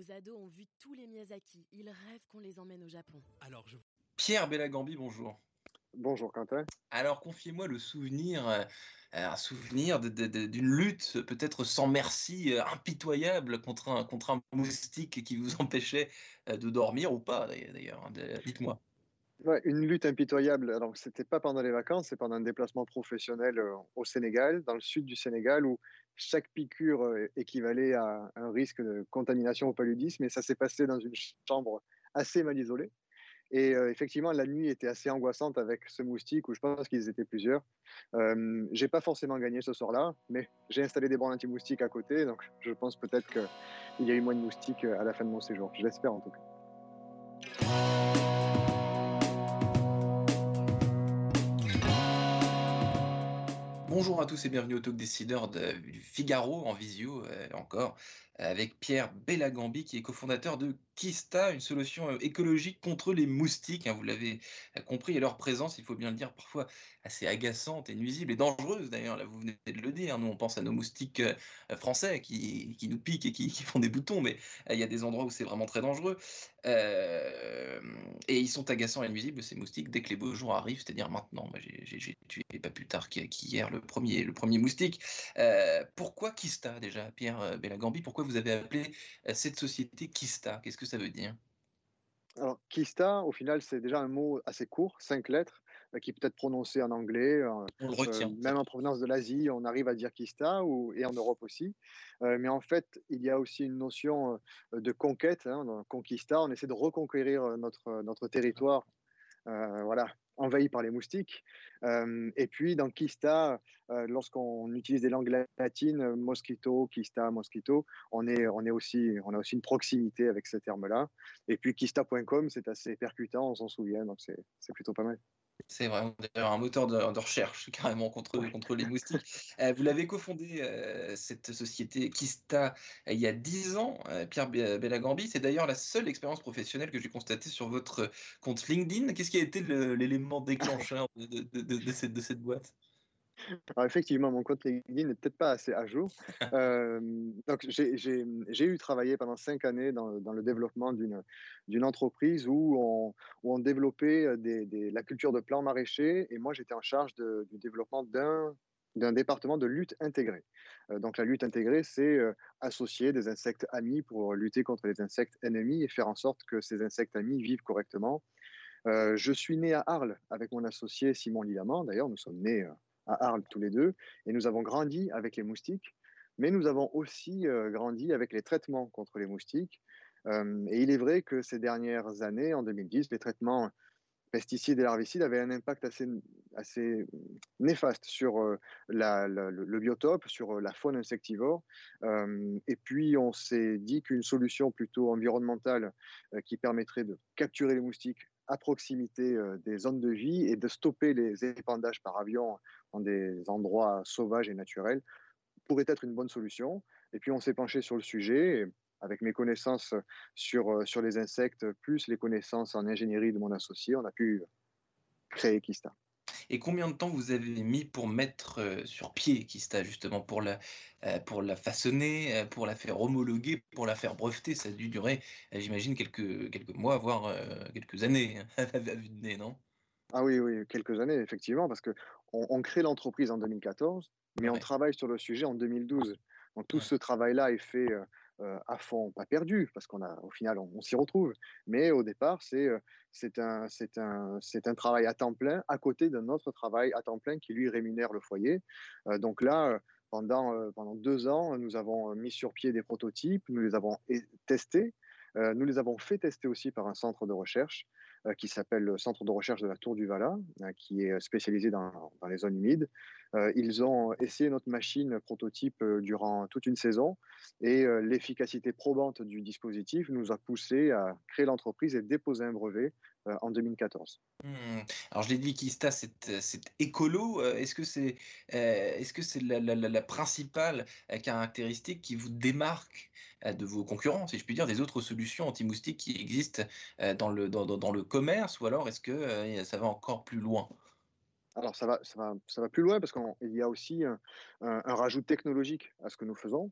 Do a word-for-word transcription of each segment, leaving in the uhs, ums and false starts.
Nos ados ont vu tous les Miyazaki. Ils rêvent qu'on les emmène au Japon. Alors, je... Pierre Bellagambi, bonjour. Bonjour Quentin. Alors, confiez-moi le souvenir, euh, un souvenir de- de- de- d'une lutte peut-être sans merci, euh, impitoyable contre un, contre un moustique qui vous empêchait euh, de dormir ou pas d'ailleurs. Hein, de- dites-moi. Ouais, une lutte impitoyable. Alors, c'était pas pendant les vacances, c'est pendant un déplacement professionnel euh, au Sénégal, dans le sud du Sénégal, où chaque piqûre euh, équivalait à un risque de contamination au paludisme. Et ça s'est passé dans une chambre assez mal isolée. Et euh, effectivement, la nuit était assez angoissante avec ce moustique, où je pense qu'ils étaient plusieurs. Euh, j'ai pas forcément gagné ce soir-là, mais j'ai installé des bornes anti-moustiques à côté, donc je pense peut-être qu'il y a eu moins de moustiques à la fin de mon séjour. Je l'espère en tout cas. Bonjour à tous et bienvenue au Talk Décideur de, du Figaro en visio euh, encore avec Pierre Bellagambi qui est cofondateur de Kista, une solution euh, écologique contre les moustiques. Hein, vous l'avez euh, compris, et leur présence, il faut bien le dire, parfois assez agaçante et nuisible et dangereuse d'ailleurs. Là, vous venez de le dire. Hein, nous, on pense à nos moustiques euh, français qui, qui nous piquent et qui, qui font des boutons, mais euh, il y a des endroits où c'est vraiment très dangereux. Euh, et ils sont agaçants et nuisibles ces moustiques dès que les beaux jours arrivent, c'est-à-dire maintenant. Moi, j'ai, j'ai, j'ai tué pas plus tard qu'hier le premier, le premier moustique. Euh, pourquoi Kista déjà, Pierre Bellagambi? Pourquoi vous avez appelé cette société Kista? Qu'est-ce que ça veut dire? Alors, Kista, au final, c'est déjà un mot assez court, cinq lettres, euh, qui peut être prononcé en anglais, euh, On le euh, retient. même en provenance de l'Asie, on arrive à dire Kista, ou, et en Europe aussi. Euh, mais en fait, il y a aussi une notion euh, de conquête, hein, dans Conquista, on essaie de reconquérir notre, notre territoire, euh, voilà, envahi par les moustiques. Euh, et puis, dans Kista, euh, lorsqu'on utilise des langues latines, euh, mosquito, Kista, mosquito, on, est, on, est aussi, on a aussi une proximité avec ces termes-là. Et puis, Kista point com, c'est assez percutant, on s'en souvient, donc c'est c'est plutôt pas mal. C'est vraiment d'ailleurs un moteur de, de recherche carrément contre, Ouais. contre les moustiques. Euh, vous l'avez cofondé, euh, cette société Kista, euh, il y a dix ans, euh, Pierre Be- Bellagambi. C'est d'ailleurs la seule expérience professionnelle que j'ai constatée sur votre compte LinkedIn. Qu'est-ce qui a été le- l'élément déclencheur de, de, de, de cette, de cette boîte? Alors effectivement, mon compte LinkedIn n'est peut-être pas assez à jour. Euh, donc j'ai j'ai- j'ai eu travaillé pendant cinq années dans, dans le développement d'une d'une entreprise où on, où on développait des, des- la culture de plants maraîchers et moi j'étais en charge de- du développement d'un d'un département de lutte intégrée. Euh, donc la lutte intégrée, c'est euh, associer des insectes amis pour lutter contre les insectes ennemis et faire en sorte que ces insectes amis vivent correctement. Euh, je suis né à Arles avec mon associé Simon Lilamant. D'ailleurs, nous sommes nés euh, à Arles tous les deux et nous avons grandi avec les moustiques, mais nous avons aussi euh, grandi avec les traitements contre les moustiques. Euh, et il est vrai que ces dernières années, en deux mille dix, les traitements pesticides et larvicides avaient un impact assez, assez néfaste sur euh, la, la, le, le biotope, sur euh, la faune insectivore. Euh, et puis, on s'est dit qu'une solution plutôt environnementale euh, qui permettrait de capturer les moustiques à proximité euh, des zones de vie et de stopper les épandages par avion dans des endroits sauvages et naturels pourrait être une bonne solution. Et puis, on s'est penché sur le sujet. Et avec mes connaissances sur, euh, sur les insectes, plus les connaissances en ingénierie de mon associé, on a pu créer Kista. Et combien de temps vous avez mis pour mettre euh, sur pied Kista, justement, pour la, euh, pour la façonner, euh, pour la faire homologuer, pour la faire breveter? Ça a dû durer, euh, j'imagine, quelques, quelques mois, voire euh, quelques années, à vue de nez, non? Ah oui, oui, quelques années, effectivement, parce que on, on crée l'entreprise en deux mille quatorze, mais on Ouais. travaille sur le sujet en deux mille douze. Donc tout Ouais. ce travail-là est fait euh, euh, à fond, pas perdu, parce qu'on a, au final, on, on s'y retrouve. Mais au départ, c'est euh, c'est un, c'est un, c'est un travail à temps plein à côté d'un autre travail à temps plein qui lui rémunère le foyer. Euh, donc là, euh, pendant, euh, pendant deux ans, nous avons mis sur pied des prototypes, nous les avons é- testés. Euh, nous les avons fait tester aussi par un centre de recherche euh, qui s'appelle le Centre de recherche de la Tour du Vala, euh, qui est spécialisé dans, dans les zones humides. Euh, ils ont essayé notre machine prototype euh, durant toute une saison et euh, l'efficacité probante du dispositif nous a poussé à créer l'entreprise et déposer un brevet euh, en deux mille quatorze. Hmm. Alors je l'ai dit, Kista, c'est c'est écolo. Euh, Est-ce que c'est euh, est-ce que c'est la, la, la- la principale euh, caractéristique qui vous démarque euh, de vos concurrents, si je puis dire, des autres solutions anti-moustiques qui existent euh, dans le dans, dans- dans le commerce, ou alors est-ce que euh, ça va encore plus loin? Alors ça va, ça va, ça va plus loin parce qu'il y a aussi un, un, un rajout technologique à ce que nous faisons.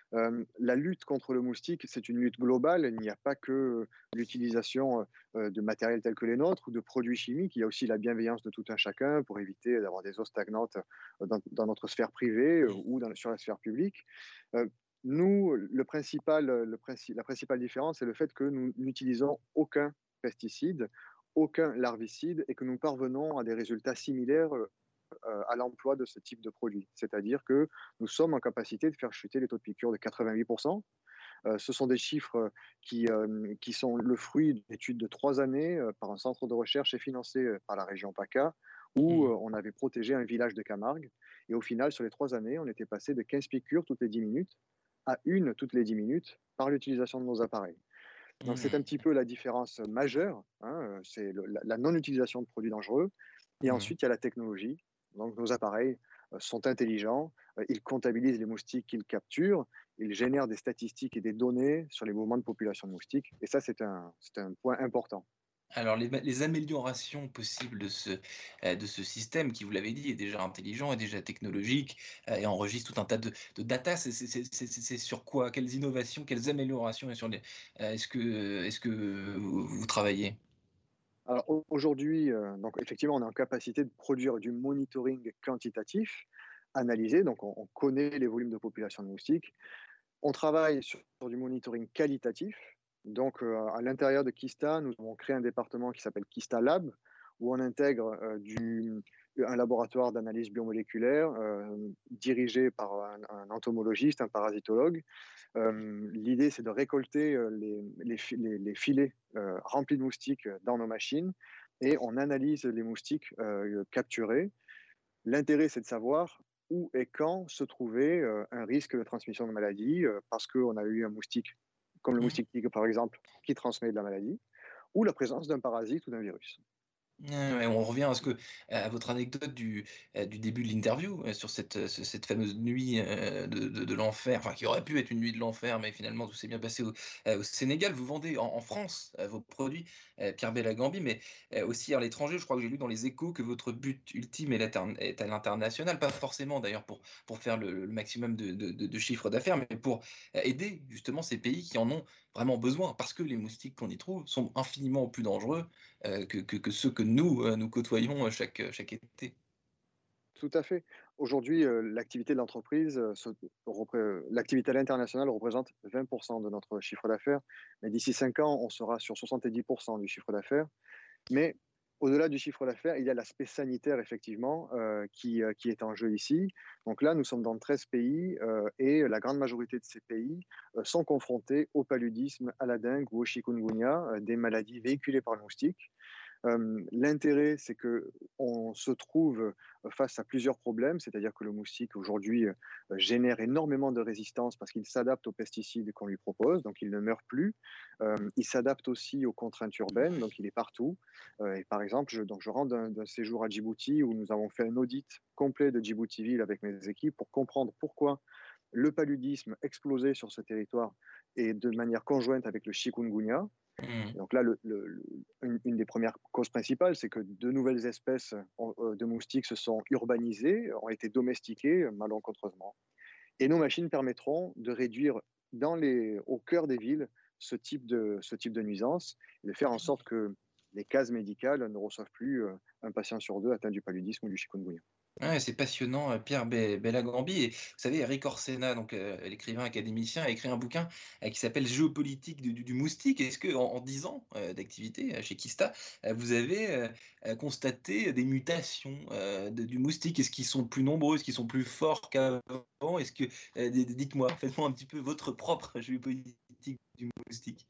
Euh, la lutte contre le moustique, c'est une lutte globale. Il n'y a pas que l'utilisation euh, de matériel tel que les nôtres ou de produits chimiques. Il y a aussi la bienveillance de tout un chacun pour éviter d'avoir des eaux stagnantes euh, dans, dans notre sphère privée euh, ou dans, sur la sphère publique. Euh, nous, le principal, le princi la principale différence, c'est le fait que nous n'utilisons aucun pesticide, aucun larvicide et que nous parvenons à des résultats similaires euh, à l'emploi de ce type de produit. C'est-à-dire que nous sommes en capacité de faire chuter les taux de piqûre de quatre-vingt-huit pour cent. Euh, ce sont des chiffres qui, euh, qui sont le fruit d'une étude de trois années euh, par un centre de recherche et financé euh, par la région PACA, où euh, on avait protégé un village de Camargue. Et au final, sur les trois années, on était passé de quinze piqûres toutes les dix minutes à une toutes les dix minutes par l'utilisation de nos appareils. Donc c'est un petit peu la différence majeure, hein, c'est le, la, la non-utilisation de produits dangereux. Et ensuite, il y a la technologie. Donc nos appareils euh, sont intelligents, euh, ils comptabilisent les moustiques qu'ils capturent, ils génèrent des statistiques et des données sur les mouvements de population de moustiques. Et ça, c'est un, c'est un point important. Alors les, les améliorations possibles de ce, euh, de ce système qui, vous l'avez dit, est déjà intelligent, est déjà technologique euh, et enregistre tout un tas de, de data, c'est c'est- c'est- c'est- c'est sur quoi? Quelles innovations, quelles améliorations et sur les, euh, est-ce que, est-ce que vous, vous travaillez? Alors au- aujourd'hui, euh, donc effectivement, on est en capacité de produire du monitoring quantitatif, analysé, donc on, on connaît les volumes de population de moustiques. On travaille sur, sur du monitoring qualitatif. Donc, euh, à l'intérieur de Kista, nous avons créé un département qui s'appelle Kista Lab, où on intègre euh, du, un laboratoire d'analyse biomoléculaire euh, dirigé par un, un entomologiste, un parasitologue. Euh, L'idée, c'est de récolter euh, les, les, les, les filets euh, remplis de moustiques dans nos machines et on analyse les moustiques euh, capturés. L'intérêt, c'est de savoir où et quand se trouvait euh, un risque de transmission de maladie, euh, parce qu'on a eu un moustique, comme le moustique tigre par exemple, qui transmet de la maladie, ou la présence d'un parasite ou d'un virus. Ouais, ouais, on revient à ce que à votre anecdote du, euh, du début de l'interview euh, sur cette, euh, ce- cette fameuse nuit euh, de, de, de l'enfer, enfin qui aurait pu être une nuit de l'enfer, mais finalement tout s'est bien passé au, euh, au Sénégal. Vous vendez en, en France euh, vos produits, euh, Pierre Bellagambi, mais euh, aussi à l'étranger. Je crois que j'ai lu dans les Échos que votre but ultime est, l'interne- est à l'international, pas forcément d'ailleurs pour, pour faire le, le maximum de, de, de- de chiffre d'affaires, mais pour euh, aider justement ces pays qui en ont vraiment besoin, parce que les moustiques qu'on y trouve sont infiniment plus dangereux euh, que, que, que ceux que nous, euh, nous côtoyons euh, chaque, euh, chaque été. Tout à fait. Aujourd'hui, euh, l'activité de l'entreprise, euh, se- repré- euh, l'activité à l'international représente vingt pour cent de notre chiffre d'affaires, mais d'ici cinq ans, on sera sur soixante-dix pour cent du chiffre d'affaires. Mais au-delà du chiffre d'affaires, il y a l'aspect sanitaire, effectivement, euh, qui, euh, qui est en jeu ici. Donc là, nous sommes dans treize pays euh, et la grande majorité de ces pays euh, sont confrontés au paludisme, à la dengue ou au chikungunya, euh, des maladies véhiculées par le moustique. Euh, L'intérêt, c'est que on se trouve face à plusieurs problèmes, c'est-à-dire que le moustique aujourd'hui euh, génère énormément de résistance parce qu'il s'adapte aux pesticides qu'on lui propose, donc il ne meurt plus. Euh, il s'adapte aussi aux contraintes urbaines, donc il est partout. Euh, et par exemple, je, donc je rentre d'un d'un séjour à Djibouti où nous avons fait un audit complet de Djibouti-Ville avec mes équipes pour comprendre pourquoi le paludisme explosait sur ce territoire et de manière conjointe avec le chikungunya. Mmh. Donc là, le, le, le, une, une, des premières causes principales, c'est que de nouvelles espèces euh, de moustiques se sont urbanisées, ont été domestiquées malencontreusement. Et nos machines permettront de réduire dans les, au cœur des villes ce type de, ce type de nuisance et de faire en sorte que les cases médicales ne reçoivent plus euh, un patient sur deux atteint du paludisme ou du chikungunya. Ouais, c'est passionnant, euh, Pierre Be- Bellagambi. Et vous savez, Eric Orsena, donc euh, l'écrivain académicien, a écrit un bouquin euh, qui s'appelle Géopolitique du, du- du moustique. Est-ce que en, en dix ans euh, d'activité euh, chez Kista, euh, vous avez euh, euh, constaté des mutations euh, de- du moustique? Est-ce qu'ils sont plus nombreux? Est-ce qu'ils sont plus forts qu'avant? Est-ce que euh, d- d- dites-moi, faites-moi un petit peu votre propre géopolitique du moustique.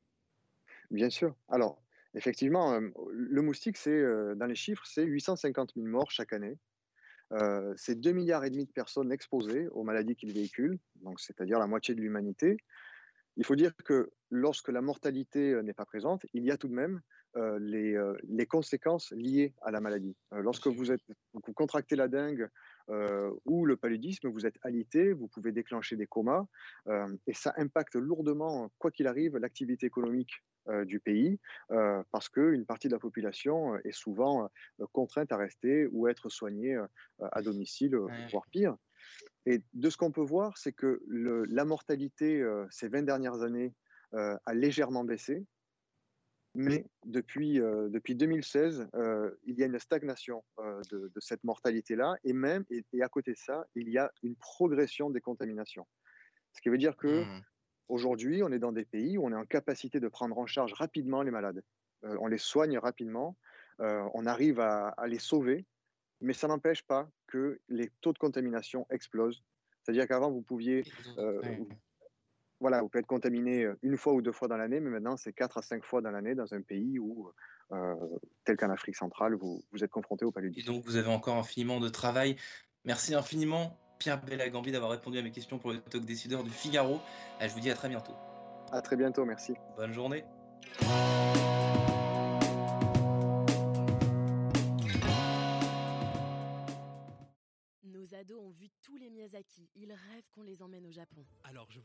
Bien sûr. Alors, effectivement, euh, le moustique, c'est, euh, dans les chiffres, c'est huit cent cinquante mille morts chaque année. Euh, c'est deux milliards et demi de personnes exposées aux maladies qu'il véhicule, donc c'est-à-dire la moitié de l'humanité. Il faut dire que lorsque la mortalité euh, n'est pas présente, il y a tout de même euh, les, euh, les conséquences liées à la maladie. Euh, lorsque vous, êtes, vous contractez la dengue euh, ou le paludisme, vous êtes alité, vous pouvez déclencher des comas euh, et ça impacte lourdement, quoi qu'il arrive, l'activité économique euh, du pays euh, parce qu'une partie de la population est souvent euh, contrainte à rester ou à être soignée euh, à domicile, Ouais. voire pire. Et de ce qu'on peut voir, c'est que le, la mortalité euh, ces vingt dernières années euh, a légèrement baissé, mais depuis, euh, depuis deux mille seize, euh, il y a une stagnation euh, de, de cette mortalité-là, et même, et, et à côté de ça, il y a une progression des contaminations. Ce qui veut dire que Mmh. aujourd'hui, on est dans des pays où on est en capacité de prendre en charge rapidement les malades. Euh, on les soigne rapidement, euh, on arrive à, à les sauver, mais ça n'empêche pas que les taux de contamination explosent. C'est-à-dire qu'avant, vous pouviez, Et donc euh, ouais. voilà, vous pouvez être contaminé une fois ou deux fois dans l'année, mais maintenant, c'est quatre à cinq fois dans l'année dans un pays où, euh, tel qu'en Afrique centrale, vous, vous êtes confronté au Et paludisme. donc vous avez encore infiniment de travail. Merci infiniment, Pierre Bellagambi, d'avoir répondu à mes questions pour le Talk Décideur du Figaro. Euh, je vous dis à très bientôt. À très bientôt, merci. Bonne journée. Nos ados ont vu tous les Miyazaki. Ils rêvent qu'on les emmène au Japon. Alors, je